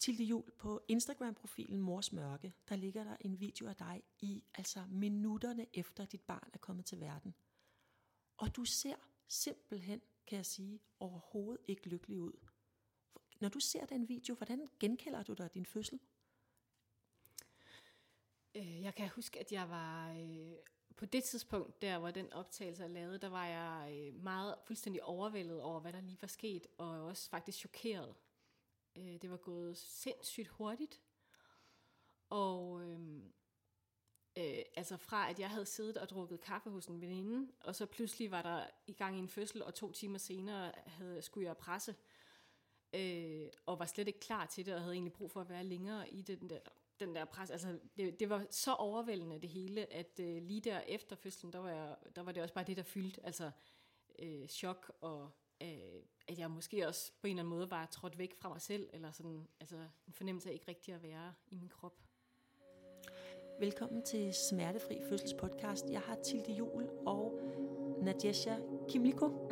Tilde Juul, på Instagram-profilen Mors Mørke, der ligger der en video af dig i altså minutterne efter dit barn er kommet til verden. Og du ser simpelthen, kan jeg sige, overhovedet ikke lykkelig ud. Når du ser den video, hvordan genkalder du dig din fødsel? Jeg kan huske, at jeg var på det tidspunkt, der hvor den optagelse er lavet, der var jeg meget fuldstændig overvældet over, hvad der lige var sket, og også faktisk chokeret. Det var gået sindssygt hurtigt. Og altså fra at jeg havde siddet og drukket kaffe hos en veninde, og så pludselig var der i gang i en fødsel, og 2 timer senere skulle jeg presse, og var slet ikke klar til det, og havde egentlig brug for at være længere i den der pres. Altså det var så overvældende det hele, at lige der efter fødslen, der var det også bare det, der fyldte. Altså chok, og at jeg måske også på en eller anden måde var trådt væk fra mig selv, eller sådan, altså en fornemmelse af ikke rigtig at være i min krop. Velkommen til Smertefri Fødselspodcast. Jeg har Tilde Juul og Nadezhda Kimlingo.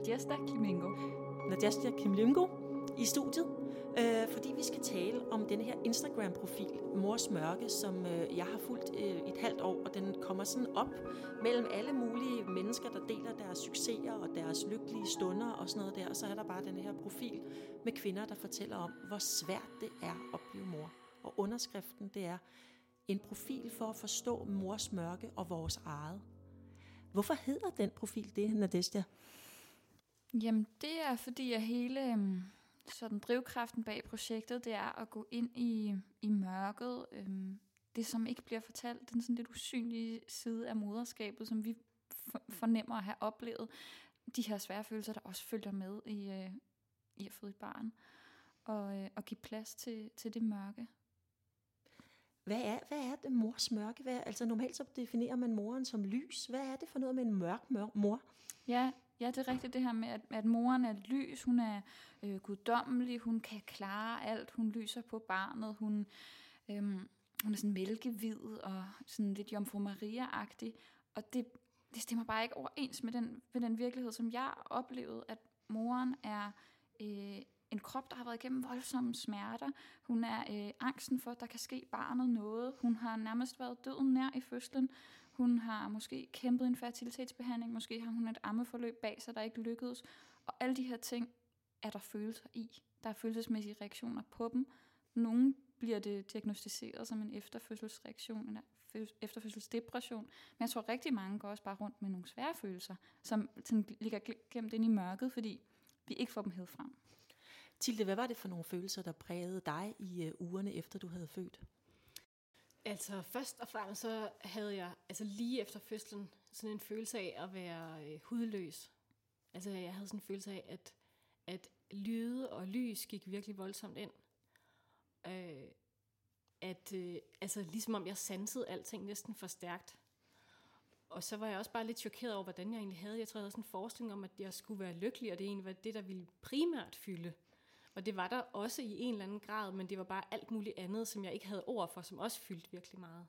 Nadezhda Kimlingo i studiet, fordi vi skal tale om denne her Instagram-profil, Mors Mørke, som jeg har fulgt et halvt år, og den kommer sådan op mellem alle mulige mennesker, der deler deres succeser og deres lykkelige stunder og sådan noget der, og så er der bare den her profil med kvinder, der fortæller om, hvor svært det er at blive mor. Og underskriften, det er en profil for at forstå mors mørke og vores eget. Hvorfor hedder den profil det, Nadezhda? Jamen, det er fordi, at hele sådan drivkraften bag projektet, det er at gå ind i mørket. Det, som ikke bliver fortalt, den sådan lidt usynlige side af moderskabet, som vi fornemmer at have oplevet. De her svære følelser, der også følger med i at føde et barn. Og give plads til det mørke. Hvad er det mors mørke? Altså normalt så definerer man moren som lys. Hvad er det for noget med en mørk mor? Ja, det er rigtigt det her med, at moren er lys. Hun er guddommelig. Hun kan klare alt. Hun lyser på barnet. Hun er sådan mælkehvid og sådan lidt Jomfru Maria-agtig. Og det stemmer bare ikke overens med den virkelighed, som jeg oplevede, at moren er en krop, der har været igennem voldsomme smerter. Hun er angsten for, at der kan ske barnet noget. Hun har nærmest været døden nær i fødslen. Hun har måske kæmpet en fertilitetsbehandling. Måske har hun et ammeforløb bag sig, der ikke lykkedes. Og alle de her ting er der følelser i. Der er følelsesmæssige reaktioner på dem. Nogle bliver det diagnostiseret som en efterfødselsreaktion, en efterfødselsdepression. Men jeg tror, rigtig mange går også bare rundt med nogle svære følelser, som ligger gemt ind i mørket, fordi vi ikke får dem hævet frem. Tilde, hvad var det for nogle følelser, der prægede dig i ugerne efter du havde født? Altså først og fremmest så havde jeg altså lige efter fødslen sådan en følelse af at være hudløs. Altså jeg havde sådan en følelse af, at lyde og lys gik virkelig voldsomt ind. Altså ligesom om jeg sansede alting næsten for stærkt. Og så var jeg også bare lidt chokeret over, hvordan jeg egentlig havde. Jeg tror, jeg havde sådan en forestilling om, at jeg skulle være lykkelig, og det egentlig var det, der ville primært fylde. Og det var der også i en eller anden grad, men det var bare alt muligt andet, som jeg ikke havde ord for, som også fyldte virkelig meget.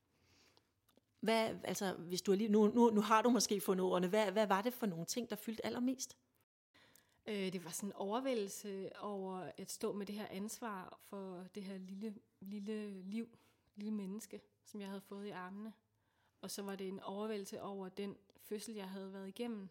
Altså, hvis du nu har du måske fundet ordene. Hvad var det for nogle ting, der fyldte allermest? Det var sådan en overvældelse over at stå med det her ansvar for det her lille liv, lille menneske, som jeg havde fået i armene. Og så var det en overvældelse over den fødsel, jeg havde været igennem.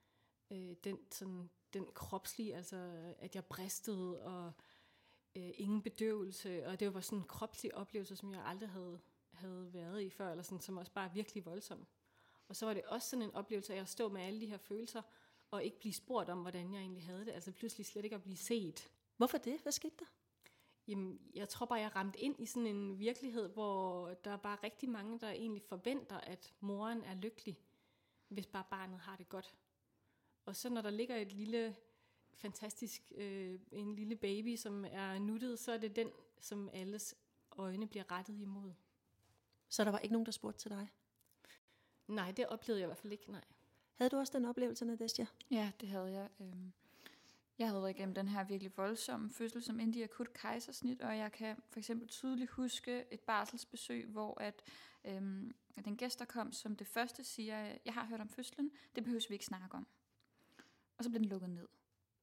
Den kropslige, altså at jeg bristede, og ingen bedøvelse. Og det var sådan en kropslig oplevelse, som jeg aldrig havde været i før, eller sådan, som også bare virkelig voldsom. Og så var det også sådan en oplevelse af at stå med alle de her følelser, og ikke blive spurgt om, hvordan jeg egentlig havde det. Altså pludselig slet ikke at blive set. Hvorfor det? Hvad skete der? Jamen, jeg tror bare, jeg ramte ind i sådan en virkelighed, hvor der er bare rigtig mange, der egentlig forventer, at moren er lykkelig, hvis bare barnet har det godt. Og så når der ligger et lille, fantastisk, en lille baby, som er nuttet, så er det den, som alles øjne bliver rettet imod. Så der var ikke nogen, der spurgte til dig? Nej, det oplevede jeg i hvert fald ikke, nej. Havde du også den oplevelse, Nadezhda? Ja, det havde jeg. Jeg havde været igennem den her virkelig voldsomme fødsel, som endte i akut kejsersnit, og jeg kan for eksempel tydeligt huske et barselsbesøg, hvor at den gæst, der kom som det første, siger, jeg har hørt om fødslen, det behøver vi ikke snakke om. Og så blev den lukket ned.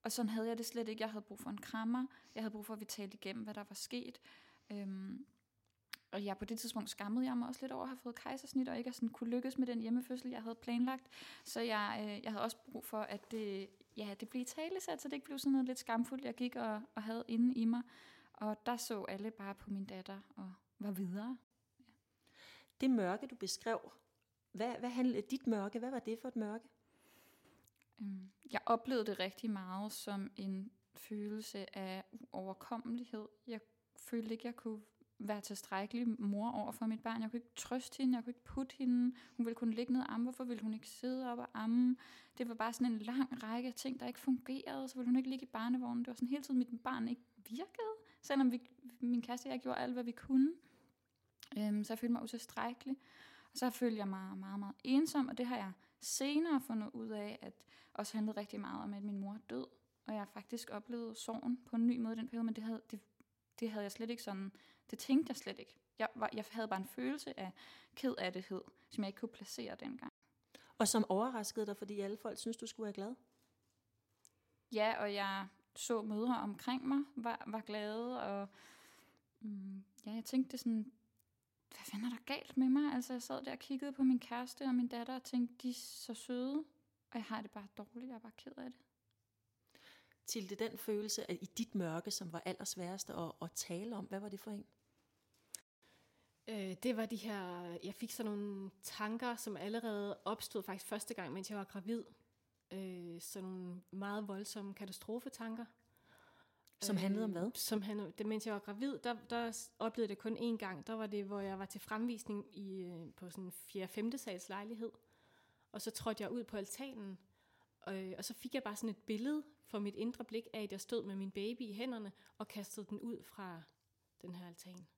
Og sådan havde jeg det slet ikke. Jeg havde brug for en krammer. Jeg havde brug for, at vi talte igennem, hvad der var sket. Og på det tidspunkt skammede jeg mig også lidt over at have fået kejsersnit, og ikke at sådan kunne lykkes med den hjemmefødsel, jeg havde planlagt. Så jeg havde også brug for, at det blev talesat, så det ikke blev sådan noget lidt skamfuldt, jeg gik og havde inde i mig. Og der så alle bare på min datter og var videre. Ja. Det mørke, du beskrev, hvad handlede dit mørke? Hvad var det for et mørke? Jeg oplevede det rigtig meget som en følelse af uoverkommelighed. Jeg følte ikke, jeg kunne være tilstrækkelig mor over for mit barn. Jeg kunne ikke trøste hende, jeg kunne ikke putte hende. Hun ville kun ligge ned og amme. Hvorfor ville hun ikke sidde op og amme? Det var bare sådan en lang række ting, der ikke fungerede. Så ville hun ikke ligge i barnevognen. Det var sådan hele tiden, mit barn ikke virkede. Selvom min kæreste og jeg gjorde alt, hvad vi kunne. Så jeg følte mig utilstrækkelig. Og så følte jeg mig meget, meget ensom. Og det har jeg senere fundet ud af, at også handlede rigtig meget om, at min mor er død. Og jeg har faktisk oplevet sorgen på en ny måde i den periode, men det havde jeg slet ikke sådan. Det tænkte jeg slet ikke. Jeg havde bare en følelse af kedattighed, som jeg ikke kunne placere dengang. Og som overraskede dig, fordi alle folk synes du skulle være glad? Ja, og jeg så mødre omkring mig, var glade, og jeg tænkte sådan, hvad fanden er der galt med mig? Altså jeg sad der og kiggede på min kæreste og min datter og tænkte, de er så søde, og jeg har det bare dårligt, jeg er bare ked af det. Tilde, den følelse af i dit mørke, som var allersværeste at tale om, hvad var det for en? Det var de her, jeg fik sådan nogle tanker, som allerede opstod faktisk første gang, mens jeg var gravid. Sådan nogle meget voldsomme katastrofetanker. Som handlede om hvad? Mens jeg var gravid, der oplevede jeg det kun én gang. Der var det, hvor jeg var til fremvisning på sådan en 4-5. sals lejlighed. Og så trådte jeg ud på altanen, og så fik jeg bare sådan et billede for mit indre blik af, at jeg stod med min baby i hænderne og kastede den ud fra den her altan.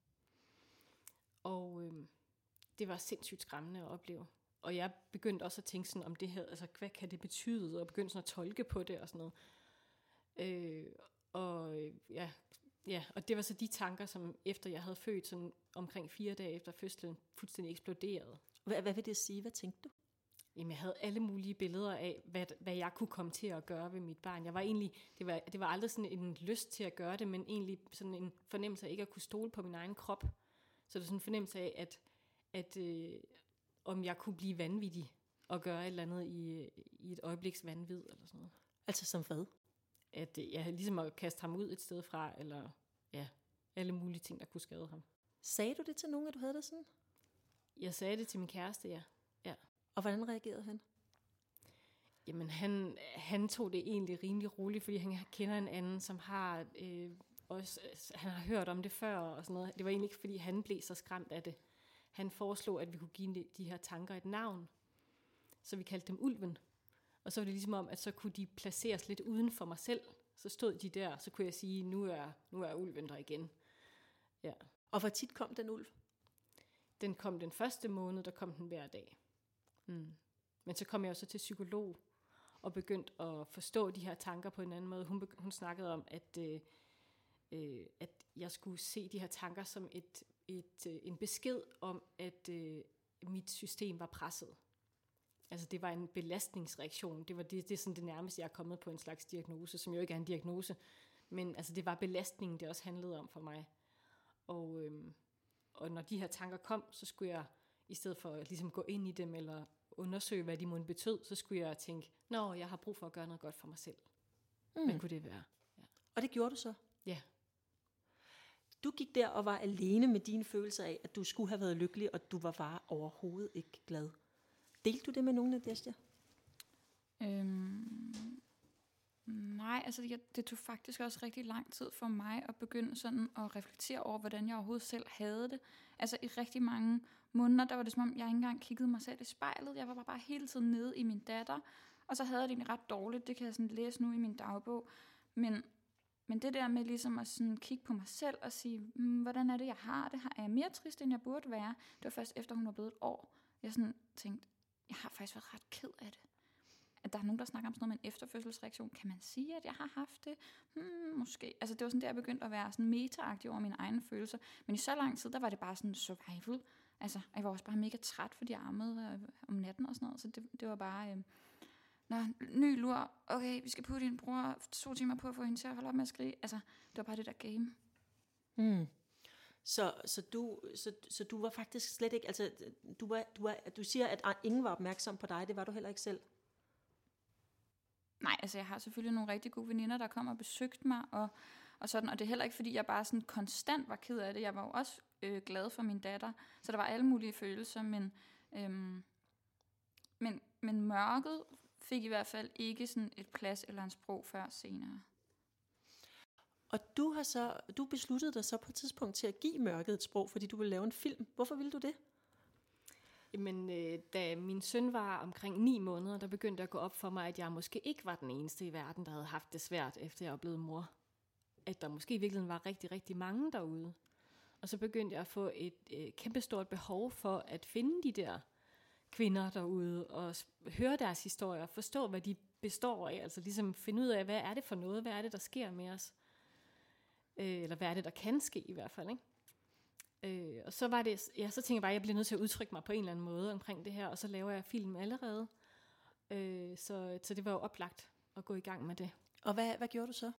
Og det var sindssygt skræmmende at opleve. Og jeg begyndte også at tænke sådan om det her, altså hvad kan det betyde, og begyndte sådan at tolke på det og sådan noget. Og det var så de tanker, som efter jeg havde født, sådan omkring 4 dage efter fødslen, fuldstændig eksploderede. Hvad vil det sige? Hvad tænkte du? Jamen, jeg havde alle mulige billeder af, hvad jeg kunne komme til at gøre ved mit barn. Jeg var egentlig, det var aldrig sådan en lyst til at gøre det, men egentlig sådan en fornemmelse af ikke at kunne stole på min egen krop. Så det var sådan en fornemmelse af, at om jeg kunne blive vanvittig og gøre et eller andet i et øjebliks vanvid eller sådan noget. Altså som hvad? At jeg ligesom at kaste ham ud et sted fra, eller ja, alle mulige ting, der kunne skade ham. Sagde du det til nogen, at du havde det sådan? Jeg sagde det til min kæreste, ja. Og hvordan reagerede han? Jamen, han tog det egentlig rimelig roligt, fordi han kender en anden, som har også, han har hørt om det før og sådan noget. Det var egentlig ikke, fordi han blev så skræmt af det. Han foreslog, at vi kunne give de her tanker et navn, så vi kaldte dem Ulven. Og så var det ligesom om, at så kunne de placeres lidt uden for mig selv. Så stod de der, så kunne jeg sige, nu er Ulven der igen. Ja. Og hvor tit kom den ulv? Den kom den første måned, der kom den hver dag. Men så kom jeg også til psykolog og begyndte at forstå de her tanker på en anden måde. Hun snakkede om, at jeg skulle se de her tanker som en besked om, at mit system var presset. Altså det var en belastningsreaktion. Det er sådan det nærmeste, jeg er kommet på en slags diagnose, som jo ikke er en diagnose. Men altså det var belastningen, det også handlede om for mig. Og når de her tanker kom, så skulle jeg, i stedet for at ligesom gå ind i dem, eller undersøge, hvad de måtte betød, så skulle jeg tænke, jeg har brug for at gøre noget godt for mig selv. Hvad kunne det være? Ja. Og det gjorde du så? Ja. Du gik der og var alene med dine følelser af, at du skulle have været lykkelig, og du var bare overhovedet ikke glad. Delte du det med nogen af Destia? Nej, altså det tog faktisk også rigtig lang tid for mig at begynde sådan at reflektere over, hvordan jeg overhovedet selv havde det. Altså i rigtig mange måneder, der var det som om, jeg ikke engang kiggede mig selv i spejlet. Jeg var bare hele tiden nede i min datter, og så havde jeg det egentlig ret dårligt. Det kan jeg sådan læse nu i min dagbog. Men det der med ligesom at sådan kigge på mig selv og sige, hvordan er det, jeg har det? Er jeg mere trist, end jeg burde være? Det var først efter, hun var blevet et år. Jeg sådan tænkte, jeg har faktisk været ret ked af det. At der er nogen, der snakker om sådan noget med en efterfødselsreaktion. Kan man sige, at jeg har haft det? Måske. Altså det var sådan der, jeg begyndte at være sådan meta-agtig over mine egne følelser. Men i så lang tid, der var det bare sådan survival. Altså, jeg var også bare mega træt, fordi jeg ammede om natten og sådan noget. Så det var bare ny lur, okay, vi skal putte din bror 2 timer på at få hende til at holde op med at skrige. Altså, det var bare det der game. Så du var faktisk slet ikke, altså du siger, at ingen var opmærksom på dig, det var du heller ikke selv? Nej, altså jeg har selvfølgelig nogle rigtig gode veninder, der kom og besøgte mig, og sådan, og det er heller ikke, fordi jeg bare sådan konstant var ked af det. Jeg var jo også glad for min datter, så der var alle mulige følelser, men mørket fik i hvert fald ikke sådan et plads eller en sprog før senere. Og du besluttede dig så på et tidspunkt til at give mørket et sprog, fordi du ville lave en film. Hvorfor ville du det? Jamen, da min søn var omkring 9 måneder, der begyndte at gå op for mig, at jeg måske ikke var den eneste i verden, der havde haft det svært, efter jeg var blevet mor. At der måske i virkeligheden var rigtig, rigtig mange derude. Og så begyndte jeg at få et kæmpestort behov for at finde de der kvinder derude, og høre deres historier, forstå, hvad de består af, altså ligesom finde ud af, hvad er det for noget, hvad er det, der sker med os, eller hvad er det, der kan ske i hvert fald, ikke? Og så var det, så tænkte jeg bare, at jeg bliver nødt til at udtrykke mig på en eller anden måde omkring det her, og så laver jeg film allerede, så det var jo oplagt at gå i gang med det. Og hvad gjorde du så?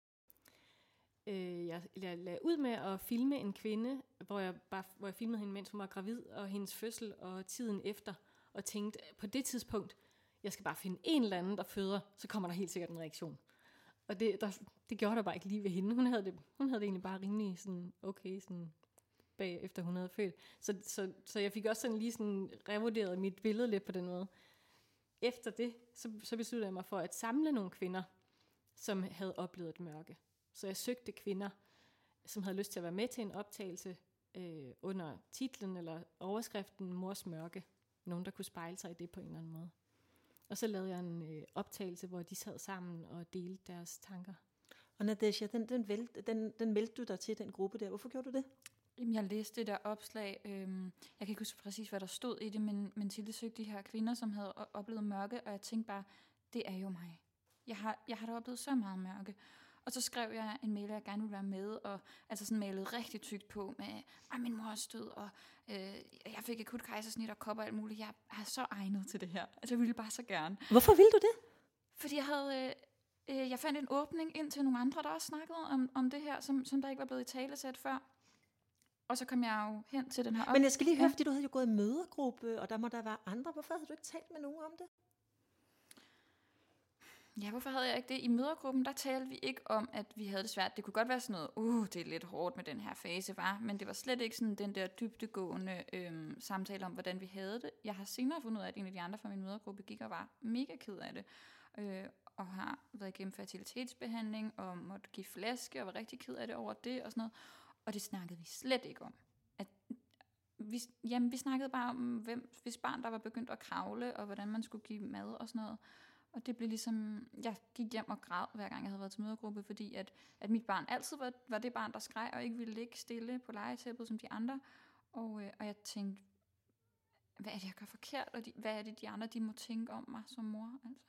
Jeg lagde ud med at filme en kvinde, hvor jeg filmede hende, mens hun var gravid, og hendes fødsel og tiden efter, og tænkte, på det tidspunkt, jeg skal bare finde en eller anden, der føder, så kommer der helt sikkert en reaktion. Og det gjorde der bare ikke lige ved hende. Hun havde det egentlig bare rimelig sådan, okay, sådan bag efter hun havde født. Så jeg fik også sådan lige sådan revurderet mit billede lidt på den måde. Efter det, så besluttede jeg mig for at samle nogle kvinder, som havde oplevet et mørke. Så jeg søgte kvinder, som havde lyst til at være med til en optagelse under titlen eller overskriften Mors Mørke. Nogen, der kunne spejle sig i det på en eller anden måde. Og så lavede jeg en optagelse, hvor de sad sammen og delte deres tanker. Og Nadezhda, den meldte du dig til, den gruppe der. Hvorfor gjorde du det? Jamen, jeg læste det der opslag. Jeg kan ikke huske præcis, hvad der stod i det, men Tilde søgte de her kvinder, som havde oplevet mørke, og jeg tænkte bare, det er jo mig. Jeg har da oplevet så meget mørke. Og så skrev jeg en mail, at jeg gerne ville være med, og altså sådan malede rigtig tykt på med, min mor er død, og jeg fik akut kejsersnit og kopper og alt muligt. Jeg er så egnet til det her. Altså, jeg ville bare så gerne. Hvorfor ville du det? Fordi jeg fandt en åbning ind til nogle andre, der også snakkede om det her, som der ikke var blevet italesat før. Og så kom jeg jo hen til den her Men jeg skal lige høre, fordi du havde jo gået i mødergruppe, og der må der være andre. Hvorfor havde du ikke talt med nogen om det? Ja, hvorfor havde jeg ikke det? I mødergruppen, der talte vi ikke om, at vi havde det svært. Det kunne godt være sådan noget, det er lidt hårdt med den her fase, var. Men det var slet ikke sådan den der dybdegående samtale om, hvordan vi havde det. Jeg har senere fundet ud af, at en af de andre fra min mødergruppe gik og var mega ked af det. Og har været igennem fertilitetsbehandling, og måtte give flaske, og var rigtig ked af det over det, og sådan noget. Og det snakkede vi slet ikke om. Vi snakkede bare om, hvis barn, der var begyndt at kravle, og hvordan man skulle give mad og sådan noget. Og det blev ligesom, jeg gik hjem og græd, hver gang jeg havde været til mødergruppe, fordi at mit barn altid var det barn, der skreg, og ikke ville ligge stille på legetæppet som de andre. Og jeg tænkte, hvad er det, jeg gør forkert? Og hvad er det, de andre, de må tænke om mig som mor? Altså.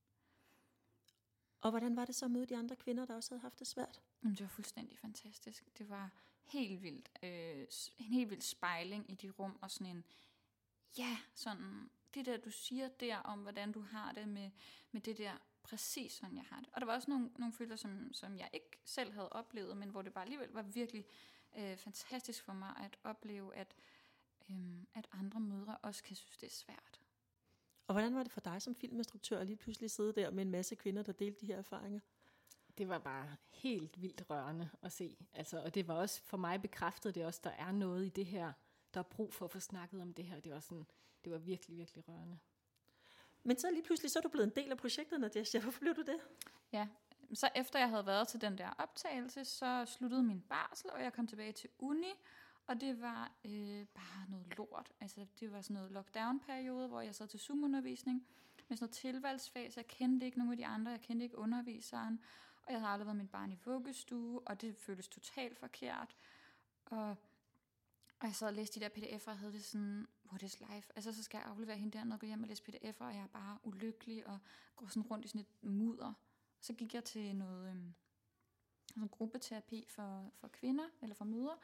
Og hvordan var det så at møde de andre kvinder, der også havde haft det svært? Det var fuldstændig fantastisk. Det var helt vildt. En helt vild spejling i de rum, og sådan sådan det der, du siger der om, hvordan du har det med det der, præcis sådan jeg har det. Og der var også nogle følelser, som jeg ikke selv havde oplevet, men hvor det bare alligevel var virkelig fantastisk for mig at opleve, at andre mødre også kan synes, det er svært. Og hvordan var det for dig som filminstruktør at lige pludselig sidde der med en masse kvinder, der delte de her erfaringer? Det var bare helt vildt rørende at se. Altså, og det var også for mig bekræftet, det også, der er noget i det her, der er brug for at få snakket om det her. Det var virkelig, virkelig rørende. Men så lige pludselig, så er du blevet en del af projektet, Nadezhda. Hvorfor blev du det? Ja, så efter jeg havde været til den der optagelse, så sluttede min barsel, og jeg kom tilbage til uni, og det var bare noget lort. Altså, det var sådan noget lockdown-periode, hvor jeg sad til Zoom-undervisning med sådan noget tilvalgsfase. Jeg kendte ikke nogen af de andre, jeg kendte ikke underviseren, og jeg havde aldrig været mit barn i vuggestue, og det føltes totalt forkert. Og jeg så læste de der pdf'er, og havde det sådan, what is life? Altså, så skal jeg aflevere hende dernede og gå hjem og læse pdf'er, og jeg er bare ulykkelig og går sådan rundt i sådan et mudder. Så gik jeg til noget gruppeterapi for kvinder, eller for mødre,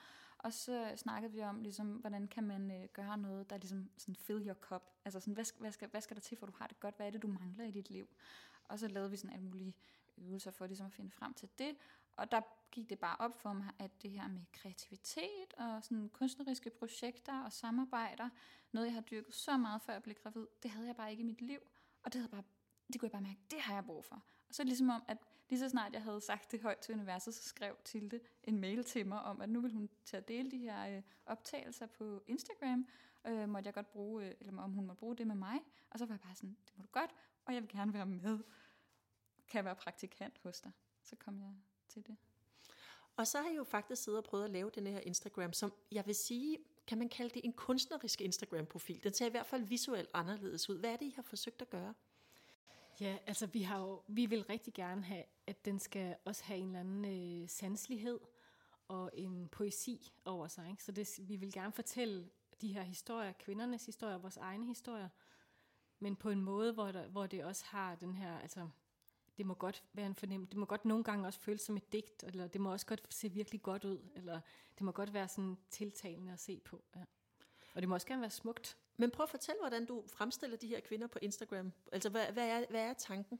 Og så snakkede vi om, ligesom, hvordan kan man gøre noget, der ligesom sådan fill your cup. Altså sådan, hvad skal der til, for du har det godt? Hvad er det, du mangler i dit liv? Og så lavede vi sådan alle mulige øvelser for ligesom at finde frem til det. Og der gik det bare op for mig, at det her med kreativitet og sådan kunstneriske projekter og samarbejder, noget jeg har dyrket så meget, før jeg blev gravid, det havde jeg bare ikke i mit liv. Og det kunne jeg bare mærke, det har jeg brug for. Og så ligesom om, at lige så snart jeg havde sagt det højt til universet, så skrev Tilde en mail til mig om, at nu ville hun til at dele de her optagelser på Instagram. Måtte jeg godt bruge, eller om hun måtte bruge det med mig. Og så var jeg bare sådan, det må du godt, og jeg vil gerne være med. Kan jeg være praktikant hos dig? Så kom jeg til det. Og så har jeg jo faktisk siddet og prøvet at lave den her Instagram, som jeg vil sige, kan man kalde det en kunstnerisk Instagram-profil. Den ser i hvert fald visuelt anderledes ud. Hvad er det, I har forsøgt at gøre? Ja, altså vi vil rigtig gerne have, at den skal også have en eller anden sanselighed og en poesi over sig. Ikke? Så vi vil gerne fortælle de her historier, kvindernes historier, vores egne historier, men på en måde, hvor det også har den her, altså det må godt være en fornemmelse, det må godt nogle gange også føles som et digt, eller det må også godt se virkelig godt ud, eller det må godt være sådan tiltalende at se på. Ja. Og det må også gerne være smukt. Men prøv at fortælle, hvordan du fremstiller de her kvinder på Instagram. Altså, hvad er tanken?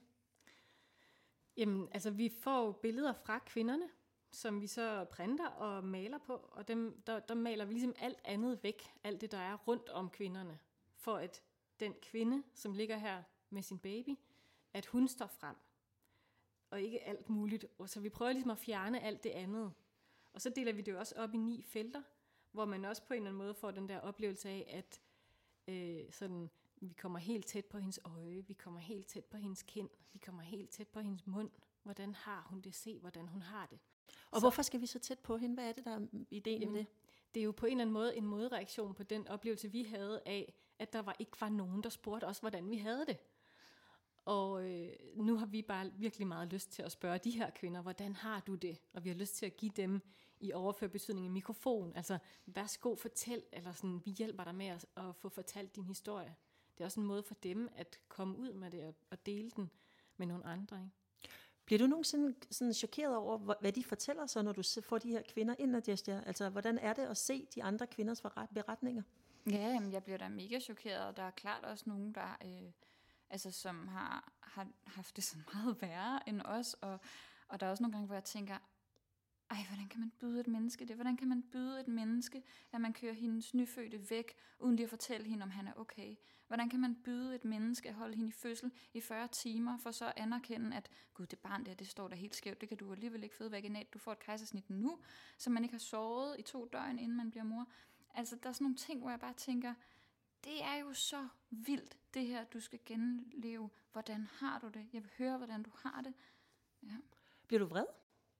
Jamen, altså vi får billeder fra kvinderne, som vi så printer og maler på, og der maler vi ligesom alt andet væk, alt det, der er rundt om kvinderne, for at den kvinde, som ligger her med sin baby, at hun står frem, og ikke alt muligt. Og så vi prøver ligesom at fjerne alt det andet. Og så deler vi det jo også op i 9 felter, hvor man også på en eller anden måde får den der oplevelse af, at sådan, vi kommer helt tæt på hendes øje, vi kommer helt tæt på hendes kind, vi kommer helt tæt på hendes mund. Hvordan har hun det? Se, hvordan hun har det. Og hvorfor skal vi så tæt på hende? Hvad er det, der er ideen med det? Det er jo på en eller anden måde en modreaktion på den oplevelse, vi havde af, at der ikke var nogen, der spurgte os, hvordan vi havde det. Og nu har vi bare virkelig meget lyst til at spørge de her kvinder, hvordan har du det? Og vi har lyst til at give dem i overført betydning en mikrofon. Altså, værsgo, fortæl, eller sådan, vi hjælper dig med at få fortalt din historie. Det er også en måde for dem at komme ud med det og dele den med nogle andre. Ikke? Bliver du nogensinde sådan chokeret over, hvad de fortæller så, når du får de her kvinder ind ad Jesja? Altså, hvordan er det at se de andre kvinders beretninger? Ja, jamen, jeg bliver da mega chokeret, og der er klart også nogen, der som har haft det så meget værre end os, og der er også nogle gange, hvor jeg tænker, hvordan kan man byde et menneske det? Hvordan kan man byde et menneske, at man kører hendes nyfødte væk, uden lige at fortælle hende, om han er okay? Hvordan kan man byde et menneske at holde hende i fødsel i 40 timer, for så at anerkende, at gud, det barn der, det står der helt skævt, det kan du alligevel ikke føde vaginalt, du får et kejsersnit nu, så man ikke har sovet i 2 døgn, inden man bliver mor. Altså, der er sådan nogle ting, hvor jeg bare tænker, det er jo så vildt, det her, du skal genleve. Hvordan har du det? Jeg vil høre, hvordan du har det. Ja. Bliver du vred?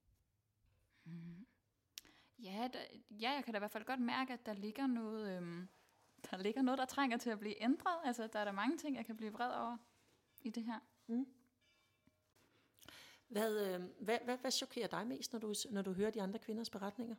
Ja, jeg kan da i hvert fald godt mærke, at der ligger noget, der trænger til at blive ændret. Altså, der er der mange ting, jeg kan blive vred over i det her. Hvad chokerer dig mest, når du hører de andre kvinders beretninger?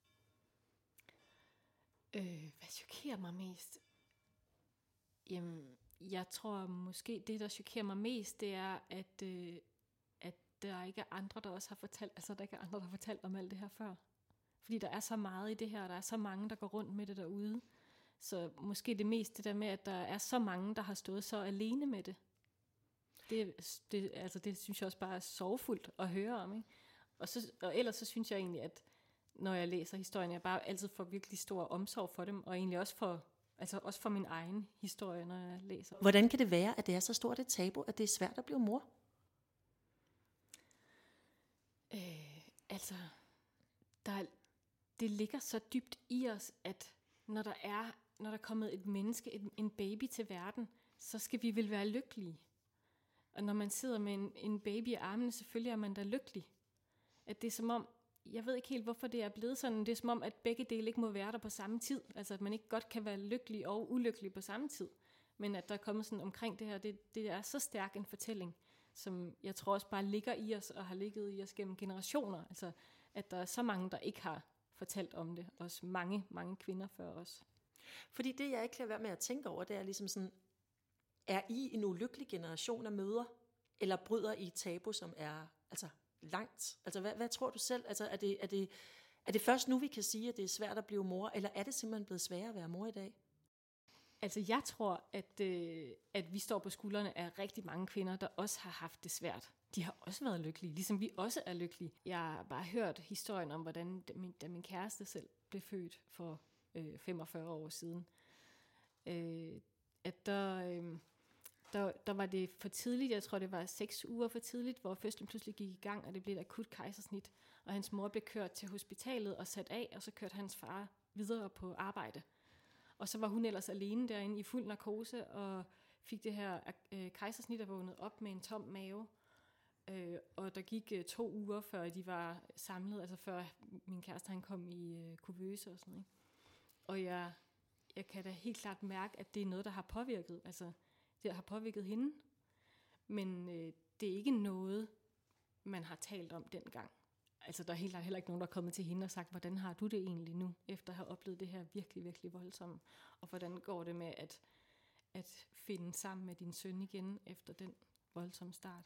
Hvad chokerer mig mest? Jamen, jeg tror måske, det der chokerer mig mest, det er, at der ikke er andre, der også har fortalt, altså der ikke er andre, der har fortalt om alt det her før. Fordi der er så meget i det her, og der er så mange, der går rundt med det derude. Så måske det mest det der med, at der er så mange, der har stået så alene med det. Det synes jeg også bare er sorgfuldt at høre om. Ikke? Og ellers så synes jeg egentlig, at når jeg læser historien, jeg bare altid får virkelig stor omsorg for dem, og egentlig også for min egen historie, når jeg læser. Hvordan kan det være, at det er så stort et tabu, at det er svært at blive mor? Det ligger så dybt i os, at når der er kommet et menneske, en baby til verden, så skal vi vel være lykkelige. Og når man sidder med en baby i armene, selvfølgelig er man da lykkelig. At det er som om, jeg ved ikke helt, hvorfor det er blevet sådan, det er som om, at begge dele ikke må være der på samme tid. Altså, at man ikke godt kan være lykkelig og ulykkelig på samme tid. Men at der er kommet sådan omkring det her, det er så stærk en fortælling, som jeg tror også bare ligger i os, og har ligget i os gennem generationer. Altså, at der er så mange, der ikke har fortalt om det. Også mange, mange kvinder før os. Fordi det, jeg ikke kan være med at tænke over, det er ligesom sådan, er I en ulykkelig generation af mødre, eller bryder I et tabu, som er altså langt? Altså, hvad tror du selv? Altså, er Er det først nu, vi kan sige, at det er svært at blive mor, eller er det simpelthen blevet sværere at være mor i dag? Altså jeg tror, at vi står på skuldrene af rigtig mange kvinder, der også har haft det svært. De har også været lykkelige, ligesom vi også er lykkelige. Jeg har bare hørt historien om, hvordan da min kæreste selv blev født for 45 år siden, at der var det for tidligt. Jeg tror, det var 6 uger for tidligt, hvor fødslen pludselig gik i gang, og det blev et akut kejsersnit. Og hans mor blev kørt til hospitalet og sat af, og så kørte hans far videre på arbejde. Og så var hun ellers alene derinde i fuld narkose, og fik det her kejsersnit og vågnede op med en tom mave. Og der gik 2 uger, før de var samlet, altså før min kæreste han kom i kuvøse og sådan noget. Og jeg kan da helt klart mærke, at det er noget, der har påvirket, altså det har påvirket hende. Men det er ikke noget, man har talt om dengang. Altså der er helt klart heller ikke nogen, der er kommet til hende og sagt, hvordan har du det egentlig nu, efter at have oplevet det her virkelig, virkelig voldsomme. Og hvordan går det med at finde sammen med din søn igen, efter den voldsomme start.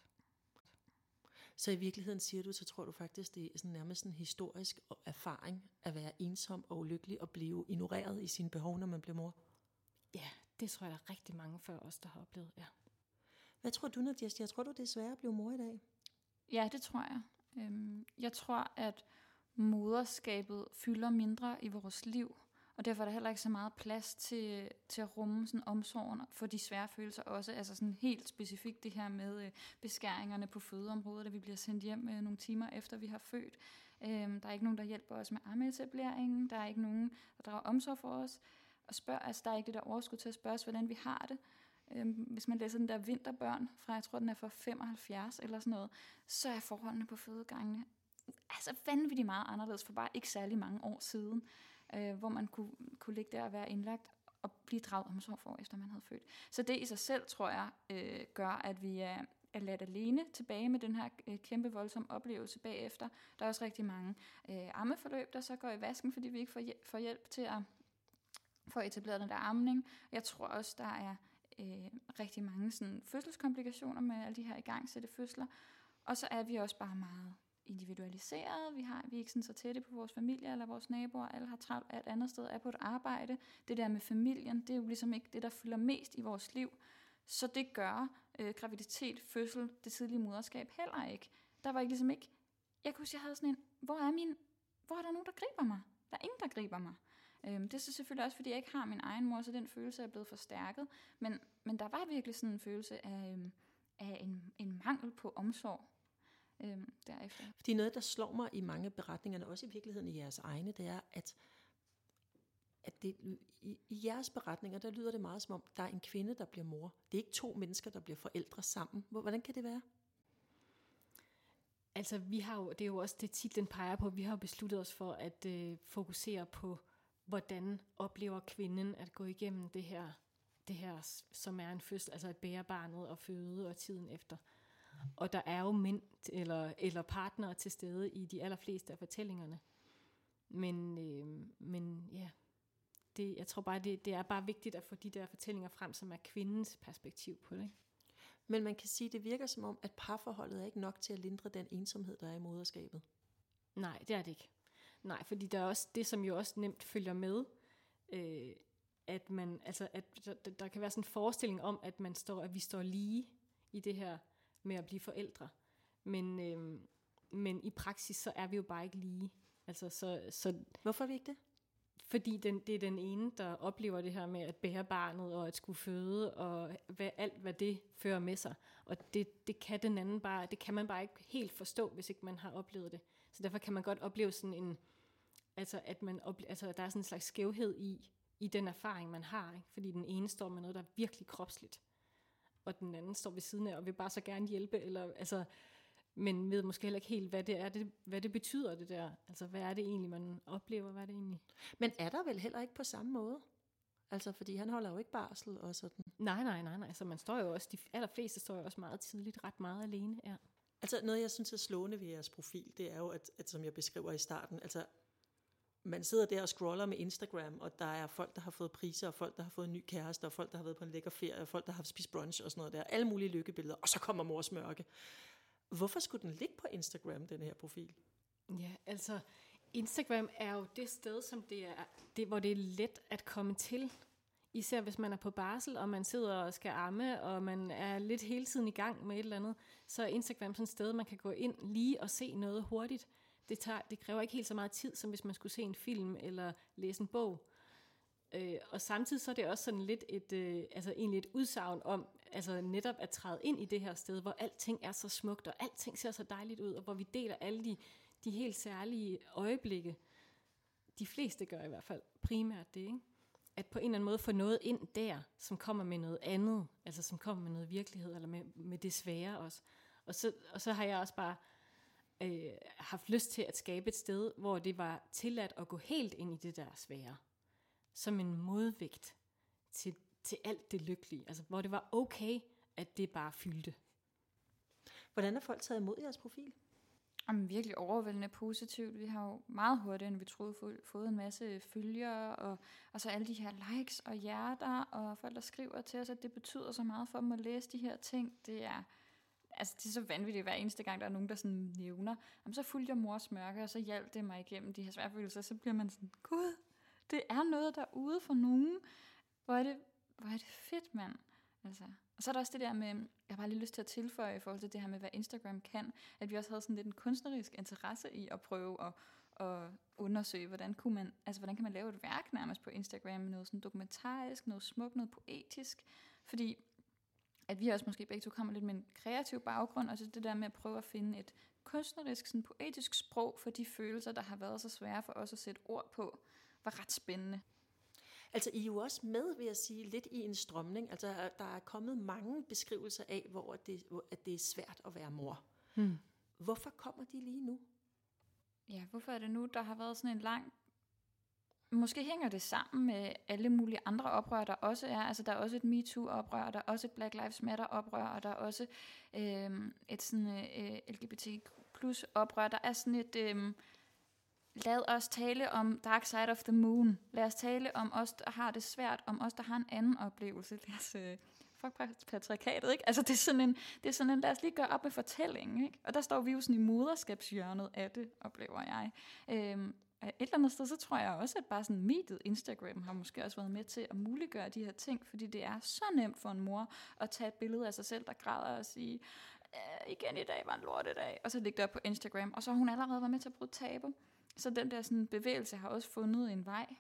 Så i virkeligheden siger du, så tror du faktisk, det er sådan nærmest en historisk erfaring at være ensom og ulykkelig og blive ignoreret i sine behov, når man bliver mor? Ja, det tror jeg, der er rigtig mange før os, der har oplevet, ja. Hvad tror du, Nadja? Tror du, det er svært at blive mor i dag? Ja, det tror jeg. Jeg tror, at moderskabet fylder mindre i vores liv, og derfor er der heller ikke så meget plads til at rumme sådan omsorgen for de svære følelser også. Altså sådan helt specifikt det her med beskæringerne på fødeområdet, at vi bliver sendt hjem nogle timer efter vi har født. Der er ikke nogen, der hjælper os med ammeetableringen. Der er ikke nogen, der drager omsorg for os. Og der er ikke det der overskud til at spørge os, hvordan vi har det. Hvis man læser den der Vinterbørn fra, jeg tror den er fra 75 eller sådan noget, så er forholdene på fødegangene altså vanvittigt meget anderledes for bare ikke særlig mange år siden, hvor man kunne ligge der og være indlagt og blive draget omsorg for, efter man havde født. Så det i sig selv, tror jeg, gør, at vi er ladt alene tilbage med den her kæmpe voldsomme oplevelse bagefter. Der er også rigtig mange ammeforløb, der så går i vasken, fordi vi ikke får hjælp til at få etableret den der amning. Jeg tror også, der er rigtig mange sådan, fødselskomplikationer med alle de her igangsætte fødsler. Og så er vi også bare meget individualiseret. Vi er ikke sådan så tætte på vores familie eller vores naboer. Alle har travlt et andet sted, er på et arbejde. Det der med familien, det er jo ligesom ikke det, der fylder mest i vores liv. Så det gør graviditet, fødsel, det tidlige moderskab heller ikke. Der var ikke ligesom ikke... Jeg kunne huske, jeg havde sådan en... Hvor er der nogen, der griber mig? Der er ingen, der griber mig. Det er så selvfølgelig også, fordi jeg ikke har min egen mor, så den følelse er blevet forstærket. Men der var virkelig sådan en følelse af en mangel på omsorg derefter. Fordi noget, der slår mig i mange beretningerne, også i virkeligheden i jeres egne, det er, at det, i jeres beretninger, der lyder det meget som om, der er en kvinde, der bliver mor. Det er ikke 2 mennesker, der bliver forældre sammen. Hvordan kan det være? Altså, det er jo også det, titlen peger på. Vi har jo besluttet os for at fokusere på, hvordan oplever kvinden at gå igennem det her, som er en fødsel, altså at bære barnet og føde og tiden efter. Og der er jo mænd eller partnere til stede i de allerfleste af fortællingerne. Men ja, jeg tror bare, det er bare vigtigt at få de der fortællinger frem, som er kvindens perspektiv på det. Men man kan sige, det virker som om, at parforholdet er ikke nok til at lindre den ensomhed, der er i moderskabet. Nej, det er det ikke. Nej, fordi der er også det, som jo også nemt følger med, at der kan være sådan en forestilling om, at vi står lige i det her med at blive forældre. Men i praksis, så er vi jo bare ikke lige. Altså, så hvorfor er vi ikke det? Fordi det er den ene, der oplever det her med at bære barnet og at skulle føde og alt hvad det fører med sig. Og det kan den anden bare, det kan man bare ikke helt forstå, hvis ikke man har oplevet det. Så derfor kan man godt opleve sådan en, altså at der er sådan en slags skævhed i den erfaring man har, ikke? Fordi den ene står med noget, der er virkelig kropsligt, og den anden står ved siden af og vil bare så gerne hjælpe, men ved måske heller ikke helt, hvad det betyder det der. Altså, hvad er det egentlig, man oplever? Hvad er det egentlig? Men er der vel heller ikke på samme måde? Altså, fordi han holder jo ikke barsel og sådan. Nej. Så man står jo også, de allerfleste står jo også meget tidligt, ret meget alene, ja. Altså, noget jeg synes er slående ved jeres profil, det er jo, at som jeg beskriver i starten, altså, man sidder der og scroller med Instagram, og der er folk, der har fået priser, og folk, der har fået en ny kæreste, og folk, der har været på en lækker ferie, og folk, der har spist brunch og sådan noget der. Alle mulige lykkebilleder, og så kommer mors mørke. Hvorfor skulle den ligge på Instagram, den her profil? Ja, altså, Instagram er jo det sted, som hvor det er let at komme til. Især hvis man er på barsel, og man sidder og skal amme, og man er lidt hele tiden i gang med et eller andet, så er Instagram sådan et sted, man kan gå ind lige og se noget hurtigt. Det kræver ikke helt så meget tid, som hvis man skulle se en film eller læse en bog. Og samtidig så er det også sådan lidt egentlig et udsagn om altså netop at træde ind i det her sted, hvor alting er så smukt, og alting ser så dejligt ud, og hvor vi deler alle de helt særlige øjeblikke. De fleste gør i hvert fald primært det, ikke? At på en eller anden måde få noget ind der, som kommer med noget andet, altså som kommer med noget virkelighed, eller med det svære også. Og så har jeg også bare haft lyst til at skabe et sted, hvor det var tilladt at gå helt ind i det der svære, som en modvægt til alt det lykkelige, altså hvor det var okay, at det bare fyldte. Hvordan har folk taget imod jeres profil? Jamen, virkelig overvældende positivt. Vi har jo meget hurtigt, end vi troede, fået en masse følgere, og så alle de her likes og hjerter, og folk, der skriver til os, at det betyder så meget for dem at læse de her ting. Det er så vanvittigt, hver eneste gang, der er nogen, der sådan nævner, jamen, så fulgte jeg Mors Mørke, og så hjalp det mig igennem de her svære følelser, så bliver man sådan, gud, det er noget derude for nogen. Hvor er det fedt, mand. Altså. Og så er der også det der med, jeg har bare lige lyst til at tilføje i forhold til det her med, hvad Instagram kan, at vi også havde sådan lidt en kunstnerisk interesse i at prøve at undersøge, hvordan kan man lave et værk nærmest på Instagram, noget sådan dokumentarisk, noget smukt, noget poetisk, fordi at vi også måske begge to kommer lidt med en kreativ baggrund, og så det der med at prøve at finde et kunstnerisk, sådan poetisk sprog for de følelser, der har været så svære for os at sætte ord på, var ret spændende. Altså, I er jo også med, vil jeg sige, lidt i en strømning. Altså, der er kommet mange beskrivelser af, at det er svært at være mor. Hvorfor kommer de lige nu? Ja, hvorfor er det nu? Der har været sådan en lang... Måske hænger det sammen med alle mulige andre oprør, der også er. Altså, der er også et MeToo-oprør, der er også et Black Lives Matter-oprør, og der er også et sådan LGBT+-oprør. Der er sådan et... Lad os tale om Dark Side of the Moon. Lad os tale om os, der har det svært, om os, der har en anden oplevelse. Lad os... fuck patriarkatet, ikke? Altså, det er sådan en, lad os lige gøre op med fortællingen, ikke? Og der står vi jo sådan i moderskabshjørnet af det, oplever jeg. Et eller andet sted, så tror jeg også, at bare sådan mediet Instagram har måske også været med til at muliggøre de her ting, fordi det er så nemt for en mor at tage et billede af sig selv, der græder og sige, igen i dag var en lortedag, og så lægge det op på Instagram, og så har hun allerede været med til at bryde tabu. Så den der sådan bevægelse har også fundet en vej.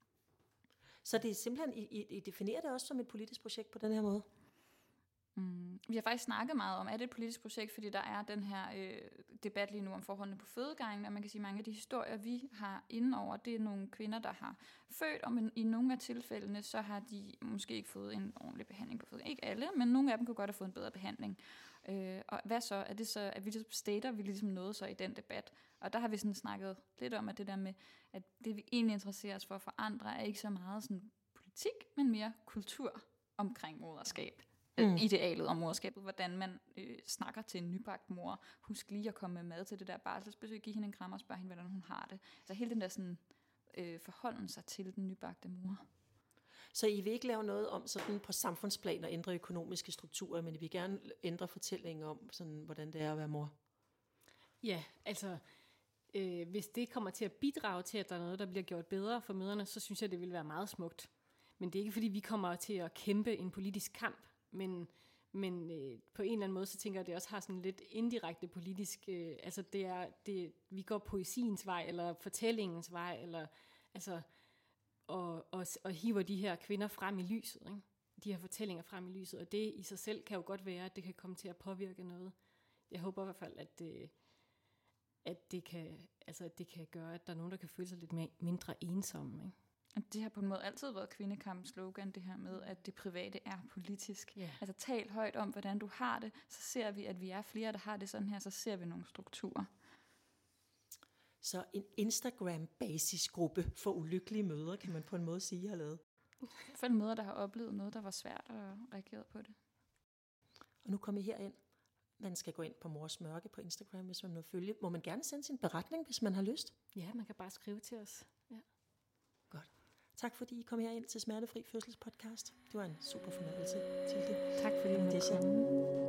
Så det er simpelthen, I definerer det også som et politisk projekt på den her måde? Vi har faktisk snakket meget om, at det er et politisk projekt, fordi der er den her debat lige nu om forholdene på fødegangen, og man kan sige, at mange af de historier, vi har inde over, det er nogle kvinder, der har født, og i nogle af tilfældene, så har de måske ikke fået en ordentlig behandling på fødegangen. Ikke alle, men nogle af dem kunne godt have fået en bedre behandling. Og hvad så? Er det så, at vi stater, vi ligesom noget så i den debat? Og der har vi sådan snakket lidt om, at det der med, at det vi egentlig interesserer os for at forandre, er ikke så meget sådan politik, men mere kultur omkring moderskab. Idealet om moderskabet, hvordan man snakker til en nybagt mor. Husk lige at komme med mad til det der barselsbesøg, give hende en kram og spørge hende, hvordan hun har det. Altså hele den der sådan, forholden sig til den nybagte mor. Så I vil ikke lave noget om sådan på samfundsplan og ændre økonomiske strukturer, men I vil gerne ændre fortællingen om, sådan, hvordan det er at være mor? Ja, altså hvis det kommer til at bidrage til, at der er noget, der bliver gjort bedre for mødrene, så synes jeg, det vil være meget smukt. Men det er ikke, fordi vi kommer til at kæmpe en politisk kamp, men på en eller anden måde, så tænker jeg, at det også har sådan lidt indirekte politisk, altså vi går poesiens vej, eller fortællingens vej, eller altså, og hiver de her kvinder frem i lyset, ikke? De her fortællinger frem i lyset, og det i sig selv kan jo godt være, at det kan komme til at påvirke noget. Jeg håber i hvert fald, at det kan gøre, at der er nogen, der kan føle sig lidt mindre ensomme, ikke? Det har på en måde altid været kvindekampens slogan, det her med, at det private er politisk. Yeah. Altså tal højt om, hvordan du har det, så ser vi, at vi er flere, der har det sådan her, så ser vi nogle strukturer. Så en Instagram-basisgruppe for ulykkelige mødre, kan man på en måde sige, I har lavet? For mødre, der har oplevet noget, der var svært at reagere på det. Og nu kommer I herind. Man skal gå ind på Mors Mørke på Instagram, hvis man vil følge. Må man gerne sende sin beretning, hvis man har lyst? Ja, man kan bare skrive til os. Ja. Godt. Tak fordi I kom herind til Smertefri Fødselspodcast. Det var en super fornøjelse til det. Tak fordi I måtte komme.